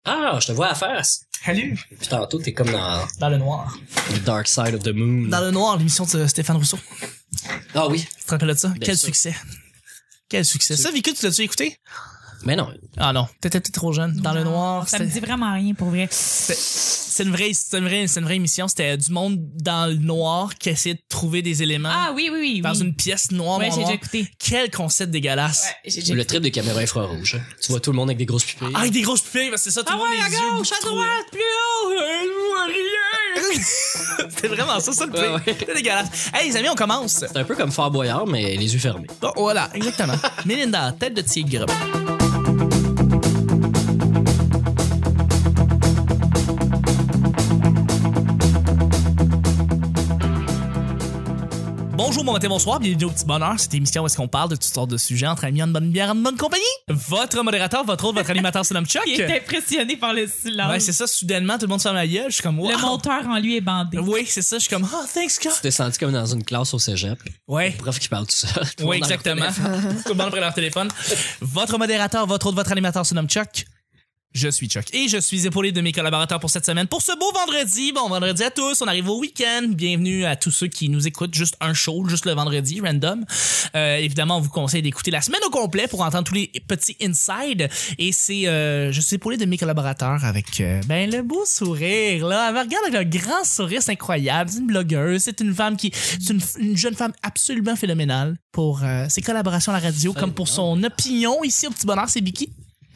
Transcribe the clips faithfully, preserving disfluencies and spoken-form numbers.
Ah, je te vois à la face. Salut. Puis tantôt, t'es comme dans Dans le noir. The Dark Side of the Moon. Dans le noir, l'émission de Stéphane Rousseau. Ah oui. Tu te rappelles de ça? Bien Quel sûr. succès. Quel succès. C'est- Ça, Vicky, tu l'as-tu écouté? Mais non. Ah non, t'étais peut-être trop jeune. Dans le Non, noir, ça me c'était- dit vraiment rien pour vrai. c'était- c'est une vraie, c'est une vraie, c'est une vraie émission. C'était du monde dans le noir qui essayait de trouver des éléments Ah oui, oui, oui. dans oui. une pièce noire, Ouais, noire, j'ai déjà noire. écouté. Quel concept dégueulasse. Ouais, j'ai déjà Le écouté. trip des caméras infrarouges. hein. Tu vois tout le monde avec des grosses pupilles. Ah, avec des grosses pupilles, parce que c'est ça, tout Ah le monde ouais, les à yeux gauche, à beaucoup trop- droite, plus haut, euh, je vois rien. C'était vraiment ça, ça le pire. Ouais, ouais. C'était dégueulasse. Hey, les amis, on commence. C'est un peu comme Fort Boyard, mais les yeux fermés. Bon, voilà, exactement. Mélinda, tête de tigre. Bonjour, bon matin, bonsoir, bienvenue au Petit Bonheur, cette émission où est-ce qu'on parle de toutes sortes de sujets entre amis, en bonne bière, en bonne compagnie. Votre modérateur, votre autre, votre animateur, c'est l'homme Chuck. Il est impressionné par le silence. Ouais, c'est ça, soudainement, tout le monde se ferme la gueule, je suis comme, wow. Le monteur en lui est bandé. Oui, c'est ça, je suis comme, oh, thanks, God. Tu t'es senti comme dans une classe au cégep. Ouais. Le prof qui parle tout seul. Tout le Oui, monde dans leur exactement. téléphone. Tout le monde prend leur téléphone. Votre modérateur, votre autre, votre animateur, se nomme Chuck. Je suis Chuck et je suis épaulé de mes collaborateurs pour cette semaine. Pour ce beau vendredi, bon vendredi à tous, on arrive au week-end. Bienvenue à tous ceux qui nous écoutent, juste un show, juste le vendredi, random. Euh, évidemment, on vous conseille d'écouter la semaine au complet pour entendre tous les petits insides. Et c'est, euh, je suis épaulé de mes collaborateurs avec, euh, ben, le beau sourire, là. Elle me regarde avec un grand sourire, c'est incroyable. C'est une blogueuse, c'est une femme qui, c'est une, une jeune femme absolument phénoménale pour euh, ses collaborations à la radio, comme pour son opinion ici au Petit Bonheur, c'est Vicky.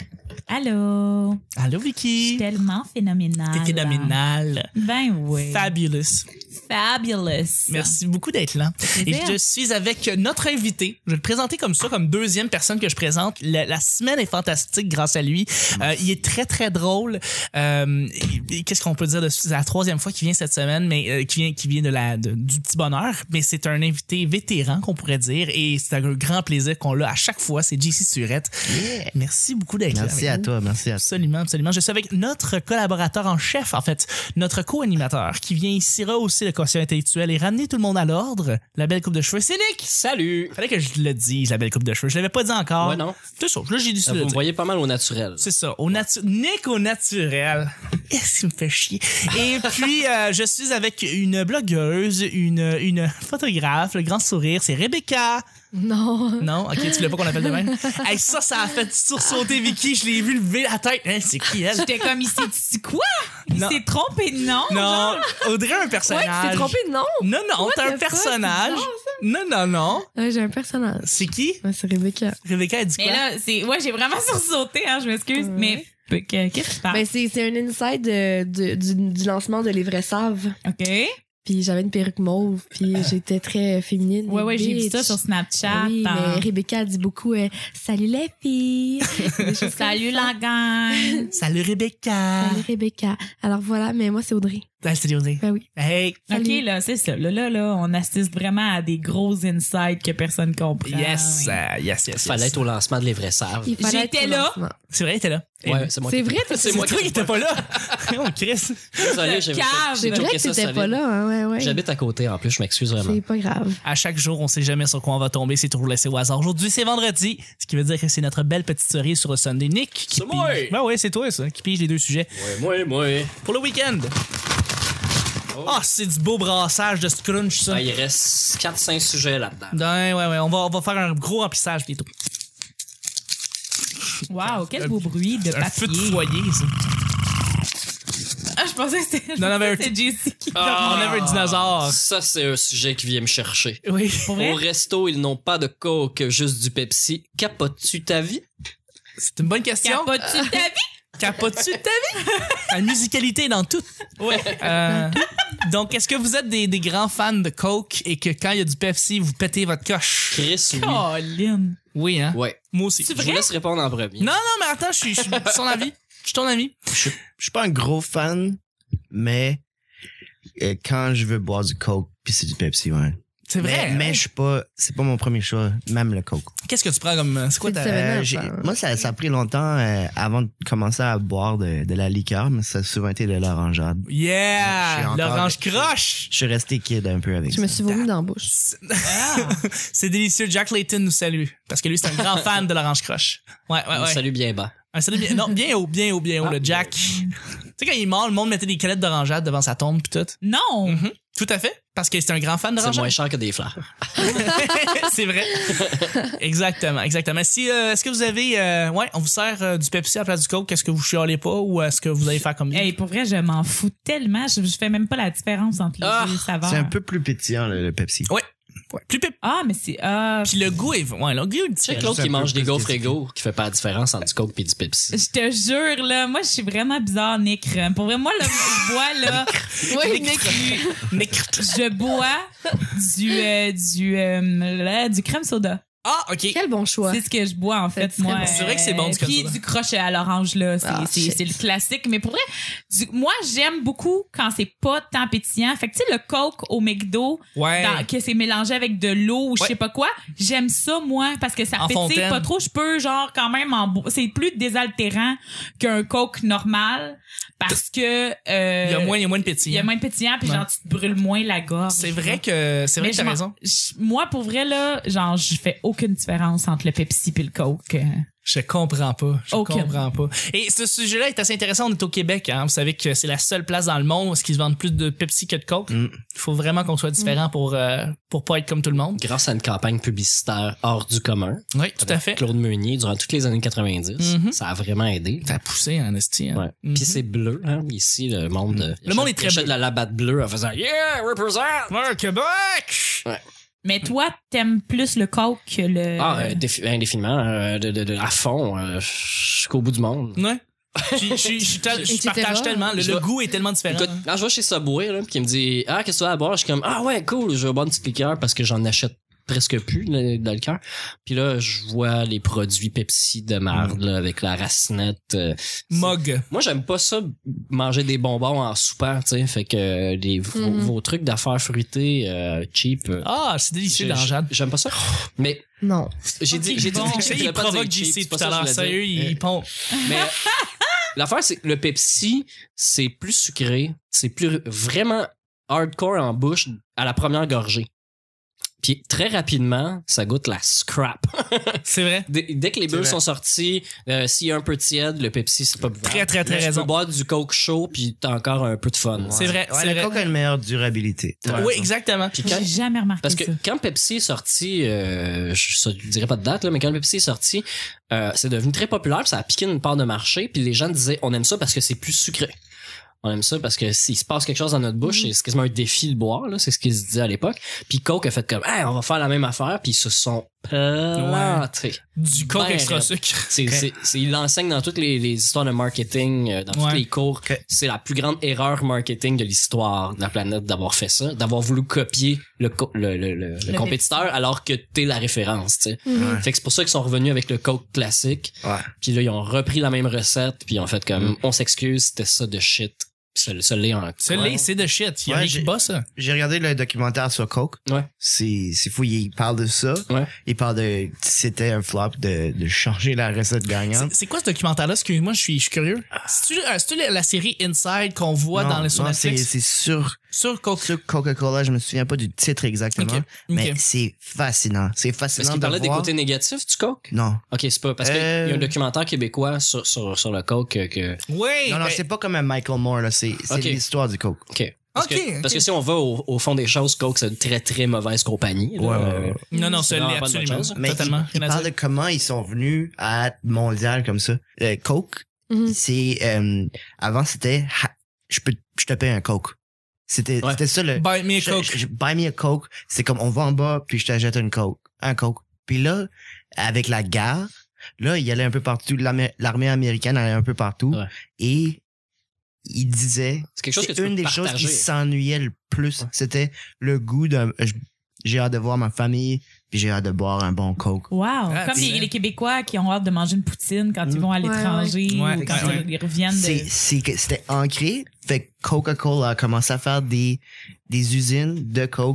Allô? Allô, Je Vicky. suis tellement phénoménale. T'es phénoménal. Ben oui. Fabulous. Fabulous. Merci beaucoup d'être là. Et plaisir. je suis avec notre invité. Je vais le présenter comme ça, comme deuxième personne que je présente. La, la semaine est fantastique grâce à lui. Euh, il est très, très drôle. Euh, et- et Qu'est-ce qu'on peut dire de c'est la troisième fois qu'il vient cette semaine, mais euh, qui vient, qui vient de la, de- du Petit Bonheur. Mais c'est un invité vétéran, qu'on pourrait dire. Et c'est un grand plaisir qu'on l'a à chaque fois. C'est J C Surette. Merci beaucoup d'être là. Merci avec à nous. toi, merci à toi. Absolument, absolument. Je suis avec notre collaborateur en chef, en fait, notre co-animateur, qui vient ici rehausser le quotient intellectuel et ramener tout le monde à l'ordre. La belle coupe de cheveux, c'est Nick! Salut! Fallait que je le dise, la belle coupe de cheveux. Je l'avais pas dit encore. Ouais, non. C'est ça, là, j'ai dit ça. Vous me voyez pas mal au naturel. C'est ça, au natu- Nick au naturel. Est-ce qu'il me fait chier? Et puis, euh, je suis avec une blogueuse, une, une photographe, le grand sourire, c'est Rebecca. Non. Non? Ok, tu voulais pas qu'on appelle de même? Hey, ça, ça a fait sursauter Vicky, je l'ai vu lever la tête. Hein, c'est qui, elle? J'étais comme, il s'est dit quoi? Il Non. s'est trompé de nom? Non, Audrey a un Ouais, personnage. tu t'es trompé de nom. Non, non, What t'as un the fuck, personnage. c'est Non, non, non. Ouais, j'ai un personnage. C'est qui? Ouais, c'est Rebecca. Rebecca, elle dit Mais quoi? là, c'est, ouais, j'ai vraiment sursauté, hein, je m'excuse. Ouais. Mais, que- qu'est-ce que tu parles? Ben, c'est, c'est un inside euh, de- du, du lancement de Les Vrais Savent. OK. Puis j'avais une perruque mauve, puis j'étais très féminine. Ouais, ouais, j'ai vu bitch. ça sur Snapchat. Oui, dans- mais Rebecca a dit beaucoup euh, salut les filles. Des choses comme Salut ça. la gang. Salut Rebecca. Salut Rebecca. Alors voilà, mais moi c'est Audrey. Ah, salut Audrey. Ben oui. Hey. Salut. OK, là, c'est ça. Là, là, là, on assiste vraiment à des gros insights que personne comprend. Yes, Oui. euh, yes, yes, Fallait yes. être au lancement de Les Vrais Saves. Il fallait J'étais être au là. lancement. C'est vrai, t'es là. Ouais, c'est moi C'est qui- vrai, t'étais- c'est C'est moi toi qui étais pas là. Oh, Chris. Désolé, j'ai Le cave. C'est j'ai vrai choqué que ça t'étais solide. pas là, hein, ouais, ouais. J'habite à côté en plus, je m'excuse vraiment. C'est pas grave. À chaque jour, on sait jamais sur quoi on va tomber, c'est toujours laissé au hasard. Aujourd'hui, c'est vendredi, ce qui veut dire que c'est notre belle petite cerise sur le Sunday. Nick qui C'est moi. pige. Ben ouais, c'est toi ça, qui pige les deux sujets. Ouais, moi, moi. Pour le week-end. Ah, c'est du beau brassage de scrunch, ça. Ah, il reste quatre cinq sujets là-dedans. Ouais, ouais, ouais. On va, on va faire un gros remplissage bientôt. Wow, quel beau bruit de Un feu de papier. foyer, ça. Ah, je pensais que c'était. je Non, non, mais pensais que c'était Jessie qui Ah. On avait un dinosaure. Ça, c'est un sujet qui vient me chercher. Oui. Pour vrai? Au resto, ils n'ont pas de coke, juste du Pepsi. Capotes-tu ta vie? C'est une bonne question. Capotes-tu ta vie? Capotes-tu de ta vie? La musicalité dans tout. Ouais. Euh, donc, est-ce que vous êtes des, des grands fans de Coke et que quand il y a du Pepsi, vous pétez votre coche? Chris, oui. Colin. Oui, hein? Ouais. Moi aussi. Je vous laisse répondre en premier. Non, non, mais attends, je suis, je suis son avis. Je suis ton avis. Je je suis pas un gros fan, mais euh, quand je veux boire du Coke puis c'est du Pepsi, ouais. C'est vrai. Mais, mais je suis pas, c'est pas mon premier choix, même le Coke. Qu'est-ce que tu prends comme, c'est quoi C'est ta... du seven up. Euh, j'ai- hein. moi, ça, ça a pris longtemps euh, avant de commencer à boire de, de la liqueur, mais ça a souvent été de l'orangeade. Je suis Yeah! encore L'orange avec- croche! Je suis resté kid un peu avec Je ça. me suis vomi dans la bouche. C'est délicieux. Jack Layton nous salue. Parce que lui, c'est un grand fan de l'orange croche. Ouais, ouais, ouais. Salut bien bas. Un salut bien, non, bien haut, bien haut, bien haut, Ah, le Jack. Tu sais, quand il est mort, le monde mettait des calettes d'orangeade devant sa tombe pis tout. Non! Mhm. Tout à fait. Parce que c'est un grand fan C'est moins d'orangeade. cher que des fleurs. C'est vrai. Exactement, exactement. Si, euh, est-ce que vous avez, euh, ouais, on vous sert euh, du Pepsi à la place du Coke, est-ce que vous chialez pas ou est-ce que vous allez faire comme lui? Hey, pour vrai, je m'en fous tellement. Je, je fais même pas la différence entre les Ah, deux saveurs. C'est un peu plus pétillant, le, le Pepsi. Ouais. Ouais. Plus pep. Ah, mais c'est... Ah, Puis le goût est, ouais, le goût est Tu sais différent. que l'autre juste qui un mange peu des plus gaufres spécifique. égaux, qui fait pas la différence entre du Coke et du Pepsi. je te jure, là, moi, je suis vraiment bizarre, Nick. Pour vrai, moi, là, je bois, là... Oui, Nick. Nick. Je bois du, euh, du, euh, là, du crème soda. Ah, ok. Quel bon choix. C'est ce que je bois, en fait, C'est moi. très bon. C'est vrai que c'est bon, du crème Puis soda. du crochet à l'orange, là. C'est, Ah, c'est, shit. c'est le classique. Mais pour vrai, du- moi, j'aime beaucoup quand c'est pas tant pétillant. Fait que, tu sais, le Coke au McDo, Ouais. dans- que c'est mélangé avec de l'eau ou je Ouais. sais pas quoi, j'aime ça, moi, parce que ça En pétille fontaine. pas trop. Je peux, genre, quand même, en bo- c'est plus désaltérant qu'un Coke normal parce que... euh, Il y a moins, il y a moins de il y a pétillant. moins de pétillant, puis Ouais. genre, tu te brûles moins la gorge. C'est vrai que, c'est vrai Mais que t'as je m'en- raison. je- moi, pour vrai, là, genre, je fais aucune différence entre le Pepsi et le Coke. Je comprends pas. Je Aucun. comprends pas. Et ce sujet-là est assez intéressant. On est au Québec, hein. Vous savez que c'est la seule place dans le monde où ils se vendent plus de Pepsi que de Coke. Mm. Il faut vraiment qu'on soit différent pour, euh, pour pas être comme tout le monde. Grâce à une campagne publicitaire hors du commun. Oui, tout à fait. Claude Meunier, durant toutes les années quatre-vingt-dix. Mhm. Ça a vraiment aidé. Ça a poussé en esti. Hein. Ouais. Mhm. Puis c'est bleu, hein. Ici, le monde. euh, Le monde est très il achète bleu. de la labatte bleue en faisant Yeah, represent! Ouais, Québec! Mais toi, t'aimes plus le Coke que le... Ah, euh, défi- indéfiniment, euh, de, de, de, à fond, euh, jusqu'au bout du monde. Ouais. Je, je, je, je, tel- je Et cetera. partage tellement. Le, Je le vais- goût est tellement différent. Écoute, quand je vais chez Subway, là, pis qu'il me dit Ah, qu'est-ce que tu as à boire? Je suis comme Ah ouais, cool, je vais boire une petite liqueur parce que j'en achète presque plus là, dans le cœur. Puis là, je vois les produits Pepsi de marde là, avec la racinette. euh, Mug. Moi, j'aime pas ça manger des bonbons en soupant, tu sais. Fait que euh, les, vos, Mhm. vos trucs d'affaires fruitées, euh, cheap. euh, Ah, c'est délicieux, j'ai- l'orangeade. J'aime pas ça. Mais Non. j'ai dit, j'ai dit, bon. je Tu sais, voulais il pas dire provoque cheap, J C c'est pas tout ça à que l'heure. je voulais Sérieux, dire. il pompe. Mais l'affaire, c'est que le Pepsi, c'est plus sucré, c'est plus vraiment hardcore en bouche à la première gorgée. Puis très rapidement, ça goûte la scrap. C'est vrai. Dès, dès que les bulles vrai. sont sorties, euh, s'il y a un peu tiède, le Pepsi, c'est pas buvable. Très, très, très Là, raison. Tu peux boire du Coke chaud, puis t'as encore un peu de fun. C'est vrai, Ouais, c'est le vrai. Coke a une meilleure durabilité. T'as Oui, raison. exactement. Puis quand- J'ai jamais remarqué Parce que ça. quand Pepsi est sorti, euh, je, je dirais pas de date, là, mais quand Pepsi est sorti, euh, c'est devenu très populaire, puis ça a piqué une part de marché, puis les gens disaient on aime ça parce que c'est plus sucré. On aime ça parce que s'il se passe quelque chose dans notre bouche, c'est quasiment un défi de boire, là, c'est ce qu'ils se disaient à l'époque. Puis Coke a fait comme hey, on va faire la même affaire, puis ils se sont plantés. Du Coke Ben extra raide. sucre. C'est, c'est, c'est, il l'enseigne dans toutes les, les histoires de marketing, euh, dans Ouais. tous les cours. Ok. C'est la plus grande erreur marketing de l'histoire de la planète d'avoir fait ça, d'avoir voulu copier le, co- le, le, le, le compétiteur alors que t'es la référence, tu sais. Ouais. Fait que c'est pour ça qu'ils sont revenus avec le Coke classique. Ouais. Puis là, ils ont repris la même recette, puis ils ont fait comme, Mm. on s'excuse, c'était ça de shit. Puis ça, ça l'est en Celui-là, c'est de shit. Il y a Ouais, rien qui j'ai- bat ça. J'ai regardé le documentaire sur Coke. Ouais. C'est, c'est fou, il parle de ça. Ouais. Il parle de, c'était un flop de, de changer la recette gagnante. C'est c'est quoi ce documentaire-là? Excuse-moi, je suis, je suis curieux. C'est-tu, euh, c'est-tu la, la série Inside qu'on voit Non, dans les sur non, c'est, Netflix? c'est sur, Sur Coke. sur Coca-Cola, je me souviens pas du titre exactement. Ok, ok. Mais c'est fascinant. C'est Parce fascinant qu'il de parlait des voir. côtés négatifs du Coke? Non. Ok, c'est pas, parce qu'il Euh. y a un documentaire québécois sur, sur, sur le Coke euh, que, Oui. Non, non, ben, c'est pas comme un Michael Moore, là. C'est, c'est Ok. l'histoire du Coke. ok. Parce, Ok, que, ok. parce que si on va au, au fond des choses, Coke, c'est une très, très mauvaise compagnie. là. Ouais, ouais, ouais. Non, non, C'est ça l'est vraiment pas de bonne absolument. chose. Mais Totalement. il, il Rien à parle de dire. comment ils sont venus à être mondial comme ça. Euh, Coke, Mhm. c'est, euh, avant c'était, ha- je peux, je te paye un Coke. C'était, Ouais. c'était ça le, Buy me a je- Coke. je- je- buy me a Coke. C'est comme, on va en bas, puis je t'achète une Coke, un Coke. Puis là, avec la guerre, là, il allait un peu partout, l'armée, l'armée américaine allait un peu partout, Ouais. et il disait, C'est quelque chose que c'est tu une peux des choses partager. qui s'ennuyait le plus, Ouais. c'était le goût d'un, je- j'ai hâte de voir ma famille, puis j'ai hâte de boire un bon Coke. Wow. Ah, Comme c'est- les, les Québécois qui ont hâte de manger une poutine quand ils Mm. vont à Ouais, l'étranger ouais. ou Ouais, quand ouais. ils, ils reviennent C'est, de... c'est que c'était ancré. Fait que Coca-Cola a commencé à faire des, des usines de Coke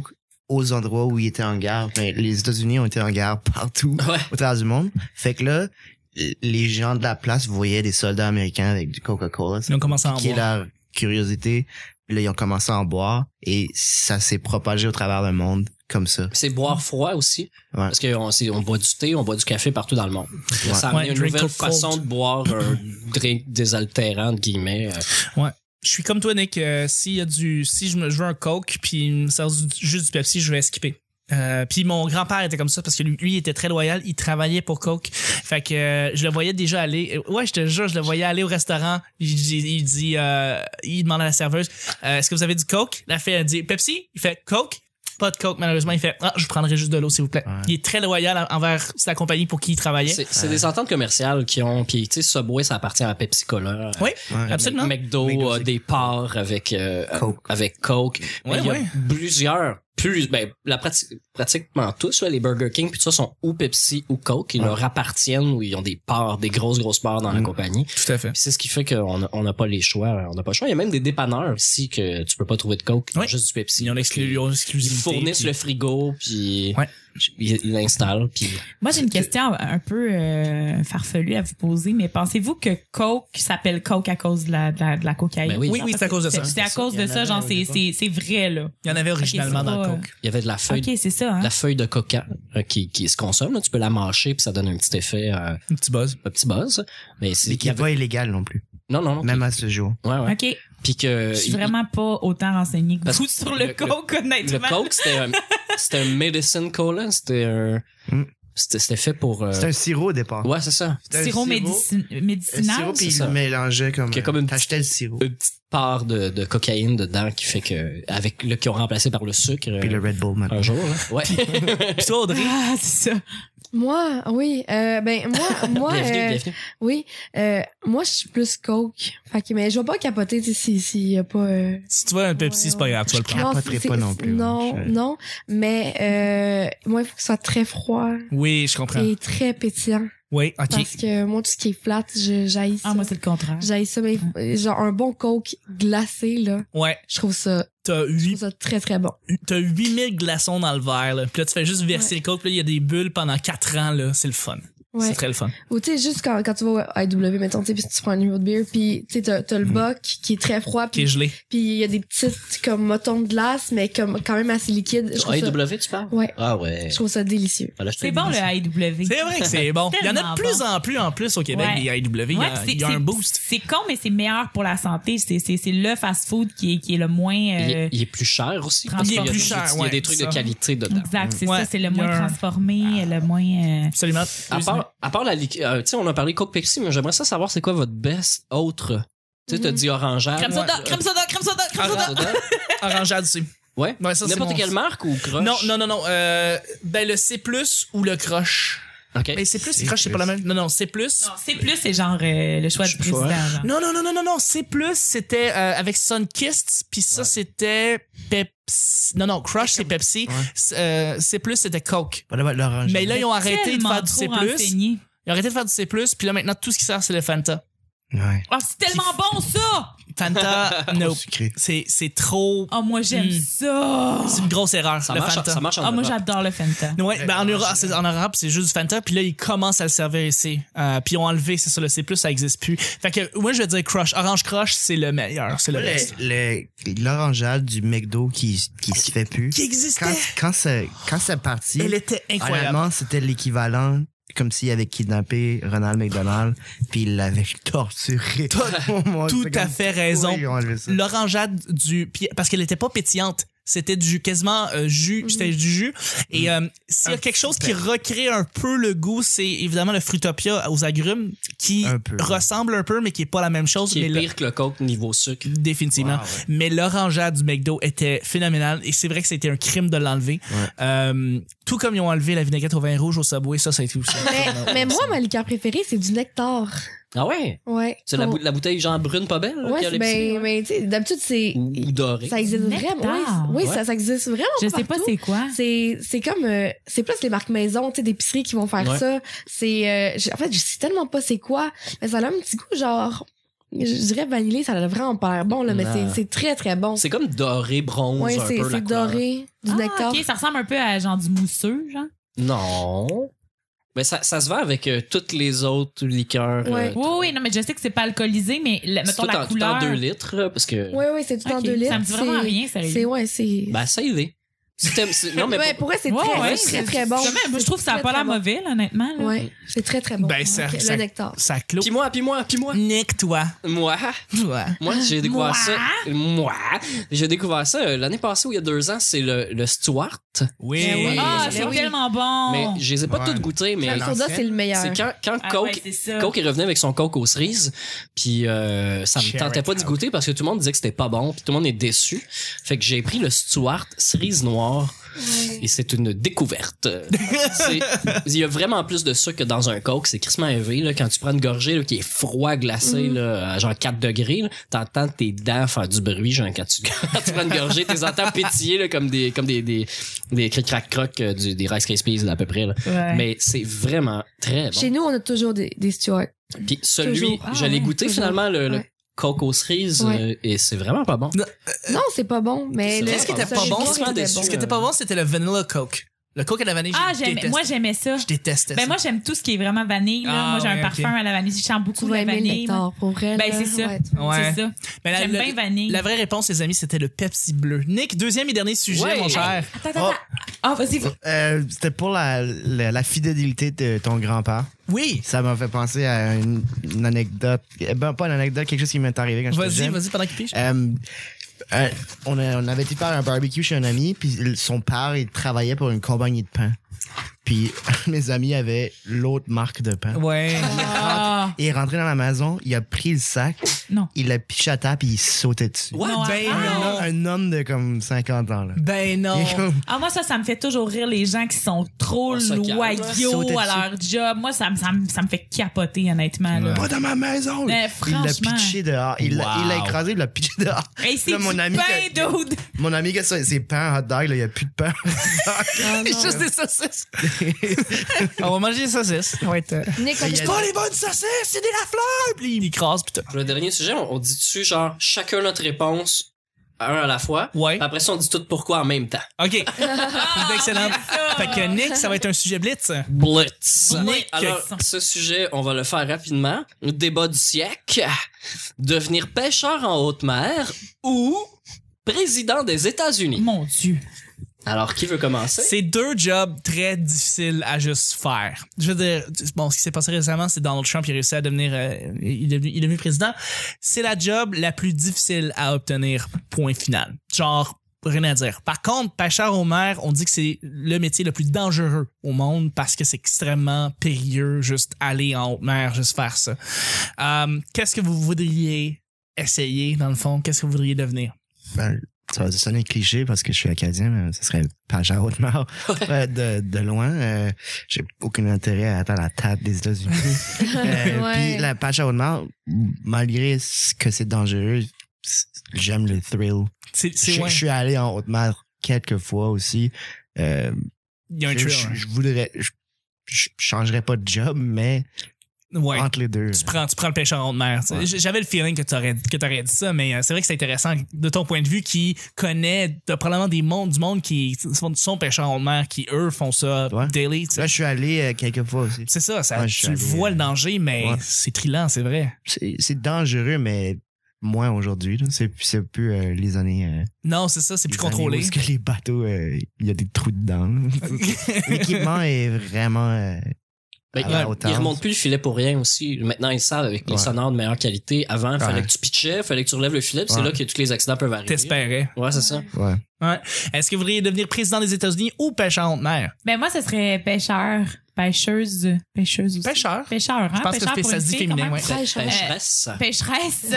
aux endroits où ils étaient en guerre. Ben, les États-Unis ont été en guerre partout Ouais. au travers du monde. Fait que là, les gens de la place voyaient des soldats américains avec du Coca-Cola. Ils ont commencé à en Qui est boire. leur curiosité. Puis là, ils ont commencé à en boire et ça s'est propagé au travers le monde comme ça. C'est boire froid aussi. Ouais. Parce qu'on c'est- on boit du thé, on boit du café partout dans le monde. Ouais. Ça a amené Ouais, une drink nouvelle of cold. façon de boire un drink désaltérant, de guillemets. euh. Je suis comme toi, Nick. Euh, s'il y a du, si je, me, je veux un Coke puis il me sert du- juste du Pepsi, je vais skipper. Euh, puis mon grand-père était comme ça parce que lui, lui il était très loyal, il travaillait pour Coke. Fait que euh, je le voyais déjà aller. euh, Ouais, je te jure, je le voyais aller au restaurant. Il, dit- il dit, euh, il demande à la serveuse, euh, est-ce que vous avez du Coke? La fille elle dit Pepsi. Il fait Coke. Pas de Coke malheureusement. Il fait ah, je prendrai juste de l'eau s'il vous plaît. Ouais. Il est très loyal envers sa compagnie pour qui il travaillait. C'est c'est des ententes commerciales qui ont. Puis, tu sais, Subway, ça appartient à Pepsi Cola. Oui, Ouais. absolument. McDo McDo, a c'est- des parts avec euh, Coke. avec Coke. Mais Ouais, il y a ouais. plusieurs, plus, ben, la prati- pratiquement tous, là, les Burger King, puis tout ça sont ou Pepsi ou Coke. Ils Ouais. leur appartiennent ou ils ont des parts, des grosses, grosses parts dans la Mm. compagnie. Tout à fait. Puis c'est ce qui fait qu'on a- on n'a pas les choix. On n'a pas le choix. Il y a même des dépanneurs ici que tu peux pas trouver de Coke. Ils ont Ouais. juste du Pepsi. Ils ont l'exclu- ils ont Ils l'exclusivité. fournissent puis- le frigo, puis Ouais. ils ils l'installent, puis Moi, j'ai une question un peu euh, farfelue à vous poser, mais pensez-vous que Coke s'appelle Coke à cause de la, de la, de la cocaïne? Ben oui. Oui, oui, c'est à cause de ça. C'est c'est à cause Il y de en ça, avait genre, au c'est, départ. c'est, c'est vrai, là. Il y en avait originalement Ok, c'est dans le pas- Coke. il y avait de la feuille, Ok, c'est ça, hein? la feuille de coca euh, qui, qui se consomme. Là. Tu peux la mâcher, puis ça donne un petit effet, euh, Un petit buzz. un petit buzz. Mais c'est Mais il qui y est avait- pas illégal non plus. non, non, non. Même à ce jour. Ouais, ouais. Ok. Puis que Je suis il- vraiment pas autant renseignée que Parce vous que sur le, le- Coke, le honnêtement. Coke, c'était un, c'était un medicine cola. C'était un, Mm. c'était, c'était fait pour. euh, C'est un sirop au départ. ouais, c'est ça. C'était un Sirop médici- Un médicinal. sirop, puis c'est il ça. le mélangeait comme... Qui a comme une T'achetais le sirop. Une petite part de, de cocaïne dedans qui fait que avec le qui ont remplacé par le sucre Puis le euh, Red Bull maintenant. un jour. Là. Ouais. Puis toi, Audrey, Ah, c'est ça. Moi, oui. Euh, ben, moi, moi, bienvenue, euh, bienvenue. oui. Euh, moi, je suis plus Coke. Fait que, mais je vais pas capoter, tu sais, si, s'il y a pas, euh, si tu veux un Pepsi, Ouais, c'est pas ouais. grave, tu vas le prendre. Non, capoterais c'est- pas non c'est- plus, Non, hein. Je- non. Mais, euh, moi, il faut que ce soit très froid Oui, je comprends. et très pétillant. Oui, ok. Parce que moi, tout ce qui est flat, je, j'haïs ça. Ah, moi, c'est le contraire. J'haïs ça, mais euh, genre un bon Coke glacé, là, Ouais, je trouve ça, t'as je trouve huit, ça très, très bon. t'as huit mille glaçons dans le verre, là. Puis là, tu fais juste verser le Coke, puis là, il y a des bulles pendant quatre ans, là. C'est le fun. Ouais. C'est très le fun. Ou tu sais, juste quand, quand tu vas à I W, mettons, tu sais, puis tu prends un niveau de bière, puis tu sais, t'as, t'as le boc qui est très froid, Qui est puis gelé. puis il y a des petites, comme, motons de glace, mais comme, quand même assez liquide. Je trouve A ça, E W, tu parles? ouais, Ah ouais. je trouve ça délicieux. Fallait acheter C'est une bon, le bouche. A E W. C'est vrai que c'est bon. Il y en a de Tellement plus bon. en plus en plus au Québec, Ouais. les A E W. Il y Ouais, a, puis c'est- il y a c'est- un boost. C'est con, mais c'est meilleur pour la santé. C'est, c'est, c'est le fast-food qui est, qui est le moins... Il, euh, est, il est plus cher aussi. Il est parce qu'il y a plus des- cher, Il y a ouais, des trucs ça. de qualité dedans. Exact, c'est Ouais, ça. C'est le il y a moins un- transformé, le moins... euh, Absolument. À part, à part la liqueur, euh, tu sais, on a parlé Coke Pepsi, mais j'aimerais ça savoir c'est quoi votre best autre. Tu sais, t'as Mhm. dit orangeade. Crème soda, Ouais. crème soda, crème soda, crème Ah, soda. Soda. Orangeade aussi. Ouais. Ouais, ça, c'est N'importe mon- quelle marque ou croche? Non, non, non, non. Euh, ben, le C plus ou le croche. OK. Mais C plus, C et croche, c'est pas la plus. même. Non, non, C plus. Non, c'est plus, c'est genre euh, le choix du Je- président. ouais. genre. Non, non, non, non, non, non. C plus, c'était euh, avec Sunkist, puis ça, Ouais. c'était Pepsi. Non, non, Crush, c'est Pepsi. Ouais. C- euh, C plus, c'était Coke. Pas de l'orange. Mais là, ils ont arrêté de Tellement faire du C trop plus. renseigné. Ils ont arrêté de faire du C plus, puis là, maintenant, tout ce qui sert, c'est le Fanta. Ouais. Oh, c'est tellement bon, ça! Fanta, Trop no. sucré. C'est, c'est trop. Oh, moi, j'aime Mm. ça! C'est une grosse erreur, Ça le marche, Fanta. ça marche en Ah, moi, Europe. j'adore le Fanta. Ouais, ben en Europe, c'est, en Europe, c'est juste du Fanta, puis là, ils commencent à le servir ici. Euh, puis ils ont enlevé, c'est ça, le C plus, ça existe plus. Fait que, moi, je vais dire Crush. Orange Crush, c'est le meilleur, c'est le best. Le, le- l'orangeade du McDo qui, qui se fait plus. Qui existait. Quand, quand c'est, quand c'est parti, Elle était incroyable. honnêtement, c'était l'équivalent comme s'il avait kidnappé Ronald McDonald puis il l'avait torturé. Oh, mon Tout Dieu, à comme- fait raison. Oui, ils ont enlevé ça. L'orangeade du, puis- parce qu'elle était pas pétillante. C'était du quasiment euh, jus, c'était du jus. Et euh, s'il y a Un quelque petit chose qui peu. recrée un peu le goût, c'est évidemment le Fruitopia aux agrumes, qui Un peu. ressemble un peu, mais qui est pas la même chose. Qui est mais le- pire que le Coke niveau sucre. Définitivement. Wow, ouais. Mais l'orangeade du McDo était phénoménal et c'est vrai que c'était un crime de l'enlever. Ouais. Euh, tout comme ils ont enlevé la vinaigrette au vin rouge au Subway, ça, ça a été aussi. Mais, mais moi, ma liqueur préférée, c'est du nectar. Ah ouais? Ouais. C'est la, Bon. bou- la bouteille genre brune pas belle? là, Ouais, qu'il y a c'est l'épicerie, ben, ouais. ben, tu sais, d'habitude, c'est, Ou, ou dorée. ça existe Nectar. vraiment. Oui, oui Ouais. ça, ça existe vraiment Je sais pas partout. c'est quoi. C'est, c'est comme, euh, c'est plus les marques maison, tu sais, d'épicerie qui vont faire Ouais. ça. C'est, euh, j'ai- en fait, je sais tellement pas c'est quoi, mais ça a un petit goût genre je dirais vanillé, ça a vraiment pas l'air bon, là, mais Non. c'est, c'est très, très bon. C'est comme doré, bronze, Ouais, un c'est, peu la c'est couleur. doré, du Ah, nectar. ok, ça ressemble un peu à genre du mousseux, genre. Non. Mais ça, ça se vend avec euh, toutes les autres liqueurs. Ouais. euh, Oui, oui, non, mais je sais que c'est pas alcoolisé, mais le- c'est mettons tout la en, tout couleur. en deux litres, là, parce que... Oui, oui, c'est tout en Ok, deux litres. ça me dit vraiment c'est, rien, sérieux. C'est, ouais, c'est. Ben, ça y est. Si t'aimes- c'est- non, mais ouais, pour- pour vrai, c'est Ouais, très, ouais, très, c'est- très bon. Jamais, moi, je trouve que ça a C'est pas très, l'air très mauvais, là, honnêtement. bon. Là. Ouais, c'est très, très bon. Ben, ça, Ok, ça, le nectar. ça clôt. Puis moi, puis moi, puis moi. Nick, toi. Moi, Toi. moi, j'ai découvert Moi? ça. Moi, j'ai découvert ça euh, l'année passée ou il y a deux ans. C'est le, le Stuart. Oui. Ben oui. Ah, Ben c'est oui. tellement bon. Mais je les ai pas Ouais. toutes goûtées, mais Le soda, c'est le meilleur. c'est quand, quand Ah Coke, ouais, c'est ça. Coke est revenu avec son Coke aux cerises, puis euh, ça me Cherry tentait pas d'y Coke. goûter parce que tout le monde disait que c'était pas bon, puis tout le monde est déçu. Fait que j'ai pris le Stuart cerise noire et c'est une découverte. C'est- Il y a vraiment plus de sucre que dans un Coke, c'est crissement élevé là, quand tu prends une gorgée là, qui est froid glacé Mm. là, à genre quatre degrés, là, t'entends tes dents faire du bruit genre quand tu, quand tu prends une gorgée, t'es entends pétiller là, comme des comme des des des cric-crac-croc euh, du des Rice Krispies là, à peu près là. Ouais. Mais c'est vraiment très bon. Chez nous, on a toujours des, des Stuart. Puis celui, Toujours. Ah, je l'ai ouais, goûté toujours. finalement, le, le Ouais. Coke aux cerises, Ouais. euh, et c'est vraiment pas bon. Non, c'est pas bon, mais C'est le- vrai, Qu'est-ce qui était c'est pas celui bon? noir, Crissement il était déçu. bon. Ce qui était pas bon, c'était le vanilla Coke. Le Coke à la vanille, Ah, je j'aimais, détestais. moi, j'aimais ça. Je détestais Ben, ça. moi, j'aime tout ce qui est vraiment vanille, là. Ah, moi, j'ai ouais, un ok. parfum à la vanille. Je sens Tu beaucoup vas la aimer le vanille. moi. nectar, pour vrai. Ben, là. c'est ça. Ouais, tu- Ouais. C'est ça. Mais la, J'aime la- bien vanille. la vraie réponse, les amis, c'était le Pepsi bleu. Nick, deuxième et dernier sujet, Ouais. mon cher. Attends, attends, attends. Ah, vas-y. Euh, c'était pour la, la, la fidélité de ton grand-père. Oui. Ça m'a fait penser à une, une anecdote. Eh Ben, pas une anecdote, quelque chose qui m'est arrivé quand j'étais Vas-y, jeune. vas-y, pendant qu'il pige. Euh, euh, on, a- on avait été faire un barbecue chez un ami, puis son père, il travaillait pour une compagnie de pain. Puis mes amis avaient l'autre marque de pain. Ouais. Ah, Il est rentré dans la maison, il a pris le sac, non. il l'a piché à terre, puis il sautait dessus. What? Non, Ben arrête. non. Un homme de comme cinquante ans, là. Ben non. Il est comme- Ah, moi, ça, ça me fait toujours rire les gens qui sont trop On se calme, loyaux sauter à leur job. Moi, ça, me- ça, me- ça me fait capoter, honnêtement. Là. Pas dans ma maison! Mais Il l'a franchement. pitché dehors. Il l'a Wow. il l'a écrasé, il l'a pitché dehors. Hey, c'est Là, mon du ami pain, que- dude. Mon ami, que ça, c'est pain hot dog, là, il n'y a plus de pain. Ah, non. Juste des saucisses. On va manger des saucisses. Ça va être. euh, Nick, on Il y est a- Pas les bonnes saucisses, c'est des la fleur. Puis il écrase, putain. Pour le dernier sujet, on, on dit dessus genre chacun notre réponse, un à la fois. Ouais. Puis après ça, on dit tout pourquoi en même temps. OK. C'est excellent. Fait que Nick, ça va être un sujet blitz. Blitz. Nick. Alors, ce sujet, on va le faire rapidement. Le débat du siècle. Devenir pêcheur en haute mer ou président des États-Unis. Mon Dieu. Alors, qui veut commencer? C'est deux jobs très difficiles à juste faire. Je veux dire, bon, ce qui s'est passé récemment, c'est Donald Trump qui a réussi à devenir, euh, il, est devenu, il est devenu président. C'est la job la plus difficile à obtenir, point final. Genre, rien à dire. Par contre, pêcheur aux mers, on dit que c'est le métier le plus dangereux au monde parce que c'est extrêmement périlleux, juste aller en haute mer, juste faire ça. Euh, qu'est-ce que vous voudriez essayer, dans le fond? Qu'est-ce que vous voudriez devenir? Ben, ça va sonner cliché parce que je suis acadien, mais ce serait page à haute mer. Euh, de, de loin, euh, j'ai aucun intérêt à atteindre la table des États-Unis. Euh, Ouais. Puis la page à haute mer, malgré ce que c'est dangereux, c- j'aime le thrill. C'est, c'est Je ouais. je suis allé en haute mer quelques fois aussi. Euh, Il y a un je, thrill, je- hein. je voudrais, je, je changerais pas de job, mais Ouais. entre les deux. Tu prends, tu prends le pêcheur en haute mer. tu sais. Ouais. J- J'avais le feeling que tu aurais, que t'aurais dit ça, mais euh, c'est vrai que c'est intéressant de ton point de vue qui connaît t'as probablement des mondes, du monde qui sont, sont pêcheurs en haute mer qui, eux, font ça Ouais. daily. tu sais. Là, je suis allé euh, quelques fois aussi. C'est ça, ça Ouais, je suis tu le allé, vois euh, le danger, mais ouais. c'est trillant, c'est vrai. C'est c'est dangereux, mais moins aujourd'hui. là. C'est c'est plus euh, les années. euh, Non, c'est ça, c'est plus les années contrôlé. où est-ce que les bateaux, euh, il y a des trous dedans. là. L'équipement est vraiment. euh, Ben, à il, la il hauteur. remonte plus le filet pour rien aussi. Maintenant, ils savent avec les Ouais. sonars de meilleure qualité. Avant, il fallait Ouais. que tu pitchais, il fallait que tu relèves le filet, puis c'est Ouais. là que tous les accidents peuvent arriver. T'espérais. Ouais, c'est ça. Ouais. Ouais. Est-ce que vous voudriez devenir président des États-Unis ou pêcheur en haute mer? Ben, moi, ce serait pêcheur, pêcheuse, pêcheuse aussi. Pêcheur. Pêcheur, hein? Je pense que Pêcheur c'est- pour ça une se dit fille, féminin, comment? ouais. Pêche, ouais. Pêcheresse. Pêcheresse.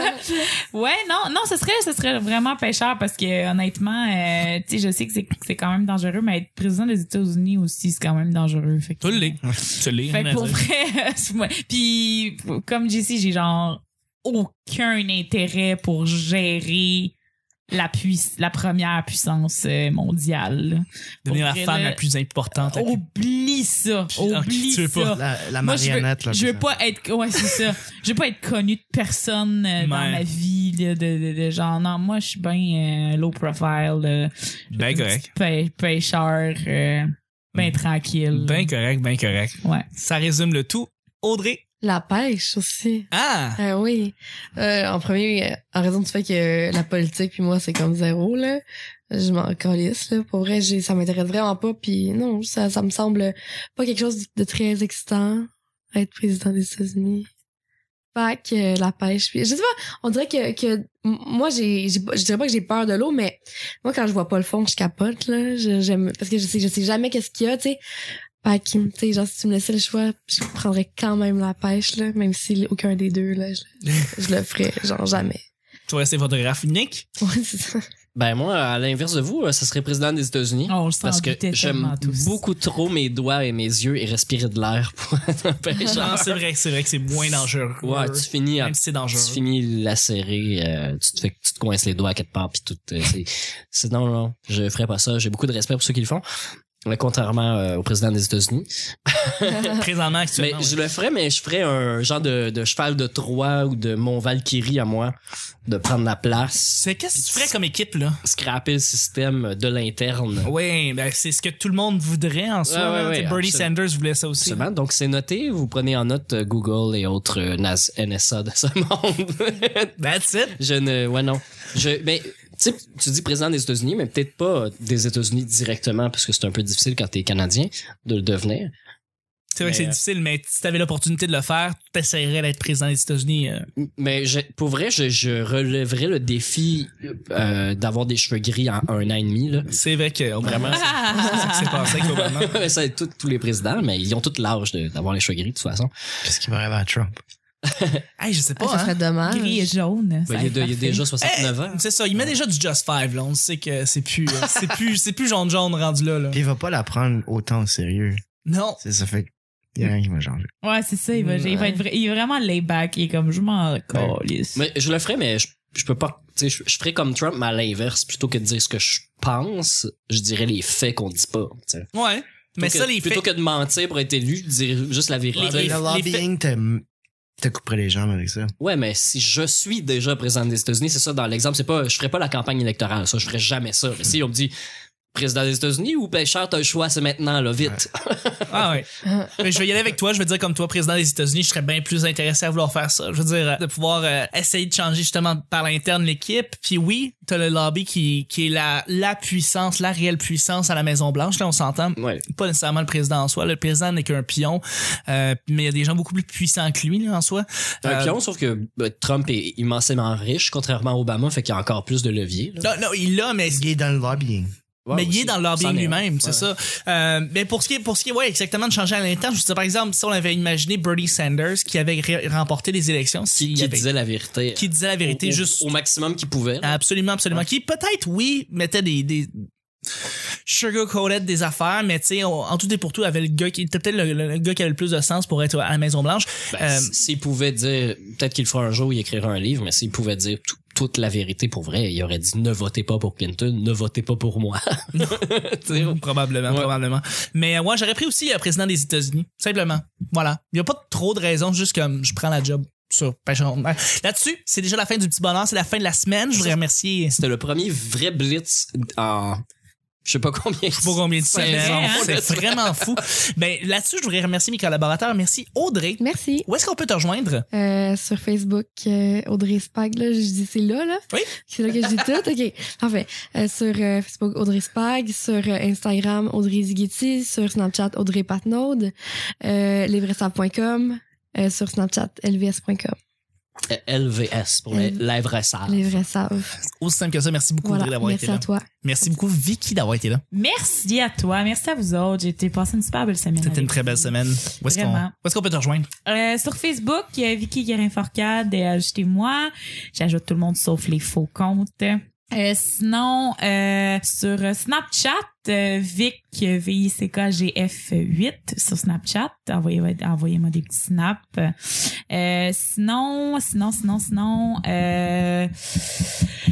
ouais, non, non, ce serait, ce serait vraiment pêcheur parce que honnêtement, euh, tu sais, je sais que c'est, c'est quand même dangereux, mais être président des États-Unis aussi, c'est quand même dangereux. Fait que, Tu l'es. Tu l'es. Fait rien que à pour dire. vrai, c'est moi. Puis comme J C, j'ai genre aucun intérêt pour gérer la puis la première puissance euh, mondiale. Devenir la Pour femme vrai, la plus importante. la plus- Oublie ça. Puis, ok, Oublie tu veux pas. ça. La, la Moi, je veux, marionnette, là. je c'est veux ça. pas être, ouais, c'est ça. Je veux pas être connue de personne euh, dans Ouais. ma vie, là, de, de, de genre, non, moi, je suis bien euh, low profile, euh, Ben correct. pê- pêcheur, euh, ben tranquille. Ben correct, ben correct. Ouais. Ça résume le tout. Audrey. La pêche aussi. Ah! Ah oui. Euh, en premier, euh, en raison du fait que la politique puis moi c'est comme zéro là, je m'en calisse là. Pour vrai, j'ai, ça m'intéresse vraiment pas. Puis non, ça, ça me semble pas quelque chose de très excitant être président des États-Unis. Fait que euh, la pêche. Puis, je sais pas. On dirait que que m- moi j'ai, j'ai pas- je dirais pas que j'ai peur de l'eau, mais moi quand je vois pas le fond, je capote là. Je, j'aime parce que je sais je sais jamais qu'est-ce qu'il y a, tu sais. Fait que, tu sais, genre, si tu me laissais le choix, je prendrais quand même la pêche, là, même si aucun des deux, là, je, je le ferais, genre, jamais. Tu vas rester photographe. Nick? Ouais, c'est ça. Ben moi, à l'inverse de vous, ça serait président des États-Unis. Oh, on le sent Parce que doutait j'aime tellement tous. beaucoup trop mes doigts et mes yeux et respirer de l'air pour être un pêcheur. Non, c'est vrai que c'est vrai que c'est moins dangereux. Ouais, tu finis à Même si c'est dangereux. tu finis lacéré, euh, tu te fais, tu te coinces les doigts à quelque part puis tout. Euh, c'est, c'est non non, je ferais pas ça. J'ai beaucoup de respect pour ceux qui le font. Mais contrairement euh, au président des États-Unis. Présentement, Mais actuellement. je le ferais, mais je ferais un genre de, de cheval de Troie ou de mon Valkyrie à moi, de prendre la place, C'est qu'est-ce que tu ferais comme équipe, là? scraper le système de l'interne. Oui, ben c'est ce que tout le monde voudrait en soi. Ouais, ouais, là. ouais, Tu sais, Bernie absolument. Sanders voulait ça aussi. Absolument. Donc c'est noté, vous prenez en note euh, Google et autres euh, N S A de ce monde. That's it. Je ne, ouais non. Je, ben, tu sais, tu dis président des États-Unis, mais peut-être pas des États-Unis directement parce que c'est un peu difficile quand t'es Canadien de le devenir. C'est vrai que c'est Mais, euh, difficile, mais si t'avais l'opportunité de le faire, t'essaierais d'être président des États-Unis. euh. Mais je, pour vrai, je, je relèverais le défi euh, d'avoir des cheveux gris en un an et demi là. C'est vrai que Obama, c'est Ah! c'est ce qui s'est passé avec Obama. Ça, tout- tous les présidents, mais ils ont tous l'âge de- d'avoir les cheveux gris de toute façon. Qu'est-ce qui va arriver à Trump? Hey, je sais Ah, pas, ça hein. serait dommage. Gris et jaune. Ben, ça il, va y a être de- il y a parfait. déjà soixante-neuf ans. C'est ça, il met déjà du Just Five, là. On sait que c'est plus, euh, c'est plus, c'est plus jaune jaune rendu là, là. Puis il va pas la prendre autant au sérieux. Non. C'est ça fait qu'il y a rien qui va changer. Ouais, c'est ça. Il va, il va être vra- il est vraiment laid back. Il est comme, je m'en calisse. Mais je le ferais, mais je, je peux pas. Tu sais, je, je ferais comme Trump, mais à l'inverse, plutôt que de dire ce que je pense, je dirais les faits qu'on dit pas. tu sais. Ouais. Mais Plutôt ça, que- les plutôt faits. que de mentir pour être élu, dire juste la vérité. Les- le lobbying te, te couperait les jambes avec ça. Ouais, mais si je suis déjà président des États-Unis, c'est ça dans l'exemple, c'est pas, je ferais pas la campagne électorale, ça, je ferais jamais ça. Mais si on me dit président des États-Unis ou pêcheur, t'as le choix, c'est maintenant, là, vite. Ah ouais. Mais je vais y aller avec toi. Je vais dire comme toi, président des États-Unis, je serais bien plus intéressé à vouloir faire ça. Je veux dire, euh, de pouvoir euh, essayer de changer justement par l'interne l'équipe. Puis oui, t'as le lobby qui, qui est la, la puissance, la réelle puissance à la Maison-Blanche. Là, on s'entend. Ouais. Pas nécessairement le président en soi. Le président n'est qu'un pion. Euh, mais il y a des gens beaucoup plus puissants que lui, là, en soi. Un Euh, pion, sauf que ben, Trump est immensément riche, contrairement à Obama, fait qu'il y a encore plus de leviers. là. Non, non, il l'a, mais Il est dans le lobbying. Ouais, mais il est aussi. dans le lobbying C'en est lui-même, un. c'est Ouais. ça. Euh, mais pour ce qui est, pour ce qui est, ouais, exactement de changer à l'interne, je veux dire, par exemple, si on avait imaginé Bernie Sanders qui avait ré- remporté les élections, Qui, s'il qui avait- disait la vérité. qui disait la vérité au, au- juste au maximum qu'il pouvait. là. absolument, absolument, Ouais. qui peut-être, oui, mettait des, des sugar-coated des affaires, mais tu sais, on- en tout et pour tout, avait le gars qui était peut-être le, le- le gars qui avait le plus de sens pour être à la Maison-Blanche. Ben, Euh, s- s'il pouvait dire, peut-être qu'il le fera un jour, il écrira un livre, mais s'il pouvait dire tout- toute la vérité pour vrai, il aurait dit ne votez pas pour Clinton, ne votez pas pour moi. Tu sais, Probablement, Ouais. probablement. Mais euh, moi, j'aurais pris aussi euh, président des États-Unis, simplement. Voilà. Il y a pas trop de raisons, juste comme je prends la job sur Pêcheron. Euh, Là-dessus, c'est déjà la fin du petit bonheur, c'est la fin de la semaine. Je voudrais remercier. C'était le premier vrai blitz en je sais pas combien. Je sais pas combien de C'est semaines. vrai, hein? C'est vraiment fou. Ben, là-dessus, je voudrais remercier mes collaborateurs. Merci Audrey. Merci. Où est-ce qu'on peut te rejoindre? Euh, sur Facebook, euh, Audrey Spag, là, je dis c'est là, là. Oui. C'est là que je dis tout. OK. Parfait. Euh, sur euh, Facebook, Audrey Spag. Sur euh, Instagram, Audrey Zighetti. Sur Snapchat, Audrey Patnaud. Euh, lesvraissables point com. Euh, sur Snapchat, L V S point com. L V S pour les L- lèvres sales. Les vrais savent. Aussi simple que ça. Merci beaucoup Voilà. Audrey d'avoir Merci été à là. toi. Merci beaucoup Vicky d'avoir été là. Merci à toi. Merci à vous autres. J'ai été passé une super belle semaine. C'était avec une très belle vous. semaine. Où est-ce qu'on, Vraiment. où est-ce qu'on peut te rejoindre? Euh, sur Facebook, il y a Vicky Guérin-Forcade, euh, ajoutez-moi. J'ajoute tout le monde sauf les faux comptes. Euh, sinon, euh, sur Snapchat, euh, Vic, V I C K G F huit sur Snapchat. Envoyez, envoyez-moi des petits snaps. Euh, sinon, sinon, sinon, sinon, euh,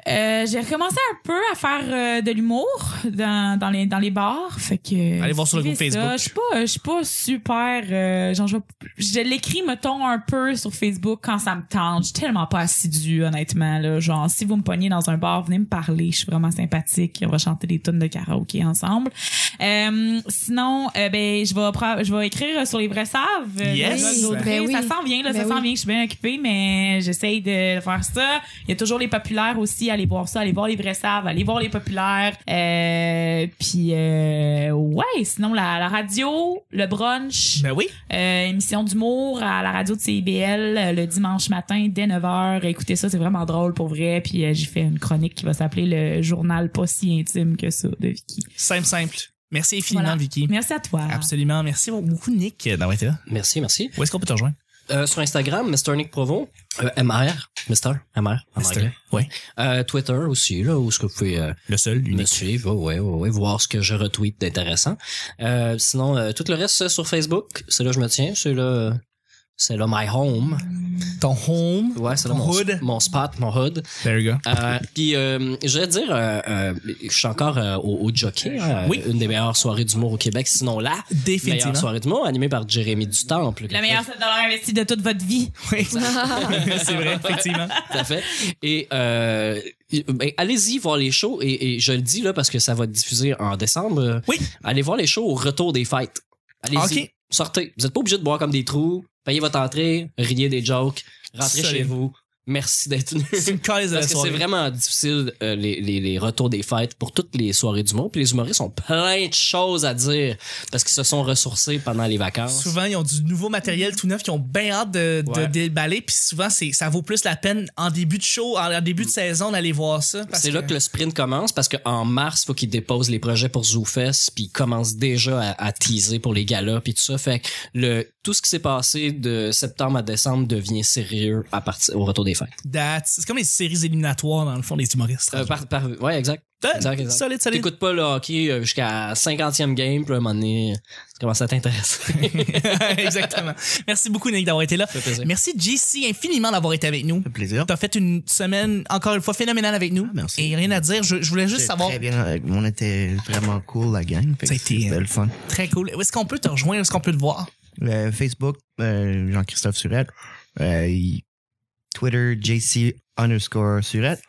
Euh, j'ai recommencé un peu à faire euh, de l'humour dans, dans les dans les bars, fait que Allez voir sur le groupe suivez ça. Facebook. Je suis pas je suis pas super euh, genre je, je l'écris mettons un peu sur Facebook quand ça me tente. Je suis tellement pas assidue honnêtement là, genre si vous me pognez dans un bar, venez me parler, je suis vraiment sympathique, on va chanter des tunes de karaoké ensemble. Euh, sinon euh, ben je vais pra- je vais écrire sur les vrais savent. Yes. Là, Ben oui. ça s'en vient là, Ben ça s'en oui. vient, je suis bien occupée mais j'essaye de faire ça. Il y a toujours les populaires aussi, allez voir ça, allez voir les vrais savent, allez voir les populaires. Euh, puis euh, ouais, sinon la, la radio, le brunch, Ben oui. euh, émission d'humour à la radio de C I B L euh, le dimanche matin dès neuf heures. Écoutez ça, c'est vraiment drôle pour vrai. Puis euh, j'ai fait une chronique qui va s'appeler le journal pas si intime que ça de Vicky. Simple, simple. Merci infiniment, Voilà. Vicky. Merci à toi. Absolument. Merci beaucoup, Nick, d'avoir été là. Merci, merci. Où est-ce qu'on peut te rejoindre? Euh, sur Instagram, mister Nick Provo, euh, M R, Mister M R, en anglais. Oui. Euh, Twitter aussi, là, où est-ce que vous pouvez euh, Le seul, me l'unique. suivre, ouais, ouais, ouais, voir ce que je retweet d'intéressant. Euh, sinon, euh, tout le reste euh, sur Facebook, c'est là que je me tiens, c'est là, c'est là my home. Ton home. Ouais, c'est là Ton mon, hood. mon spot, mon hood. There you go. Euh, puis euh, je vais dire, euh, euh, je suis encore euh, au, au Jockey, hein, Oui. une des meilleures soirées d'humour au Québec, sinon la Définitivement. meilleure soirée d'humour, animée par Jérémy Dutemple. Le meilleur sept dollars investi de toute votre vie. Oui. C'est vrai, effectivement. Tout à fait. Et euh, ben, allez-y voir les shows et, et je le dis là parce que ça va être diffusé en décembre. Oui. Allez voir les shows au retour des fêtes. Allez-y. Ok. Sortez. Vous êtes pas obligé de boire comme des trous. Payez votre entrée, riez des jokes, rentrez Solide. chez vous. Merci d'être venu. C'est une cause de la Parce que c'est soirée. vraiment difficile euh, les, les, les retours des fêtes pour toutes les soirées d'humour. Puis les humoristes ont plein de choses à dire parce qu'ils se sont ressourcés pendant les vacances. Souvent, ils ont du nouveau matériel tout neuf qu'ils ont bien hâte de, de Ouais. déballer. Puis souvent, c'est, ça vaut plus la peine en début de show, en, en début de saison, d'aller voir ça. parce C'est là que le sprint commence parce qu'en mars, faut qu'ils déposent les projets pour ZooFest puis ils commencent déjà à, à teaser pour les galas puis tout ça. Fait que le, tout ce qui s'est passé de septembre à décembre devient sérieux à partir, au retour des fêtes. That's- c'est comme les séries éliminatoires, dans le fond, des humoristes. Euh, par, par, ouais, exact. Ah, exact, exact. Solide, solide. T'écoutes pas le hockey euh, jusqu'à cinquantième game puis à un moment donné, ça commence à t'intéresser. Exactement. Merci beaucoup, Nick, d'avoir été là. Ça fait plaisir. Merci, J C, infiniment d'avoir été avec nous. Ça fait plaisir. T'as fait une semaine, encore une fois, phénoménale avec nous. Ah, merci. Et rien à dire. Je, je voulais juste C'était savoir. Très bien. euh, On était vraiment cool, la gang. Fait Ça a que été, C'était euh, le fun. Très cool. Où est-ce qu'on peut te rejoindre? Où est-ce qu'on peut te voir? Euh, Facebook, euh, Jean-Christophe Surette. Euh, y- Twitter, J C underscore Surette.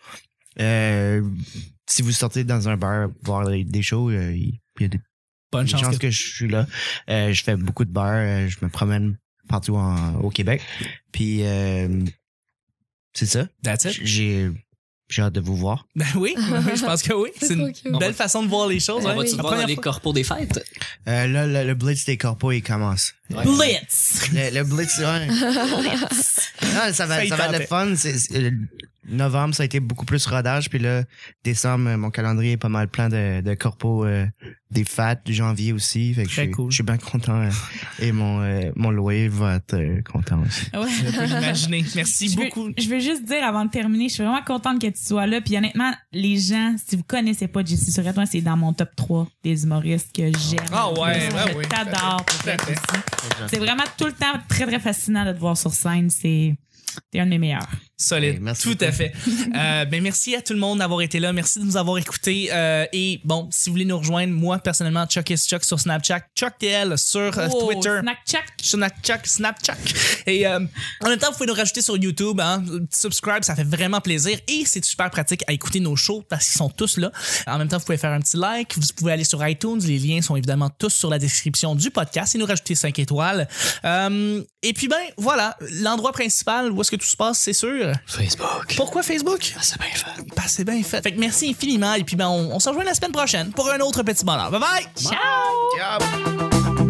Euh, si vous sortez dans un bar voir les- des shows, euh, il y a des Bonne des chance. chances que- que... je suis là. Euh, je fais beaucoup de bars. euh, je me promène partout en- au Québec. Puis, euh, c'est ça. That's it. J'ai j'ai hâte de vous voir. Ben oui, oui, je pense que oui. C'est C'est une trop cute. belle façon de voir les choses. On hein. va-tu La te voir dans première les fois- corpos des fêtes? Euh, là, le, le Blitz des corpos, il commence. Blitz! Le, le Blitz, ouais. Non, ça va, Ça y ça va être tentait. le fun. C'est, c'est- euh, novembre, ça a été beaucoup plus rodage. Puis là, décembre, euh, mon calendrier est pas mal plein de, de corpos, euh, des fêtes, janvier aussi. Fait que Très je suis- cool. je suis bien content. euh, et mon, euh, mon loyer va être euh, content aussi. Ouais. Je peux l'imaginer. Merci Je veux, beaucoup. je veux juste dire avant de terminer, je suis vraiment contente que tu sois là. Puis honnêtement, les gens, si vous connaissez pas Jessie Surette, moi, c'est dans mon top trois des humoristes que j'aime. Ah ouais, je ouais, ouais. t'adore. pour Tout à vrai fait. aussi. C'est vraiment tout le temps très, très fascinant de te voir sur scène. C'est t'es un de mes meilleurs. Solide. Hey, merci Tout beaucoup. à fait. Euh, ben merci à tout le monde d'avoir été là. Merci de nous avoir écoutés. Euh, et bon, si vous voulez nous rejoindre, moi personnellement, Chuck is Chuck sur Snapchat, Chuck T L sur euh, Oh, Twitter. Snapchat. Snapchat, Snapchat. Et euh, en même temps, vous pouvez nous rajouter sur YouTube. Hein. Subscribe, ça fait vraiment plaisir. Et c'est super pratique à écouter nos shows parce qu'ils sont tous là. En même temps, vous pouvez faire un petit like. Vous pouvez aller sur iTunes. Les liens sont évidemment tous sur la description du podcast et nous rajouter cinq étoiles. Euh, et puis, ben, voilà. L'endroit principal où est-ce que tout se passe, c'est sûr. Facebook. Pourquoi Facebook? Ah, c'est bien fait. Ben, c'est bien fait. Fait que merci infiniment. Et puis, ben, on, on se rejoint la semaine prochaine pour un autre petit bonheur. Bye bye! Ciao!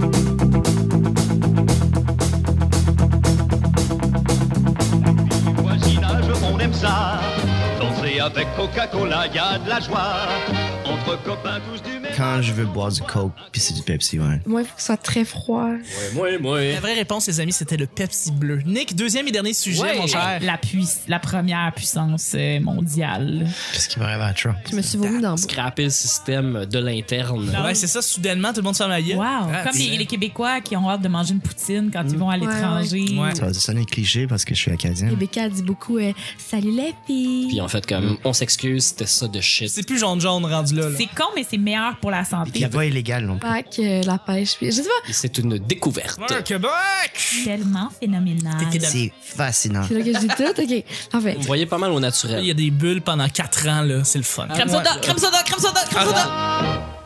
Voisinage, on aime ça. Danser avec Coca-Cola, y a de la joie. Entre copains tous du même. quand je veux boire du Coke, puis c'est du Pepsi, ouais. Moi, il faut que ce soit très froid. Ouais, moi, moi. La vraie réponse, les amis, c'était le Pepsi bleu. Nick, deuxième et dernier sujet, Ouais. mon cher. La, puis- la première puissance euh, mondiale. Qu'est-ce qui m'arrive à Trump? Je me suis vomi dans le bout. Scraper le système de l'interne. Ouais, c'est ça, soudainement, tout le monde se ferme la gueule. Wow! Ah, Comme t'sais. les, les Québécois qui ont hâte de manger une poutine quand ils vont à Ouais, l'étranger. ouais. Ça va sonner cliché parce que je suis acadien. Rebecca dit beaucoup euh, salut les filles. Puis en fait, comme, on s'excuse, c'était ça de shit. C'est plus jaune-jaune rendu là. là. C'est con, mais c'est meilleur pour la Puis santé. il est pas illégal non plus. Pâques, euh, la pêche. Puis, je sais pas, Et c'est une découverte. Ouais, Québec! Tellement phénoménal. T'étais dans- C'est fascinant. c'est là que je dis tout. OK. En fait, Vous voyez pas mal au naturel. Il y a des bulles pendant quatre ans, là. C'est le fun. Crème soda, crème soda, crème soda, crème soda!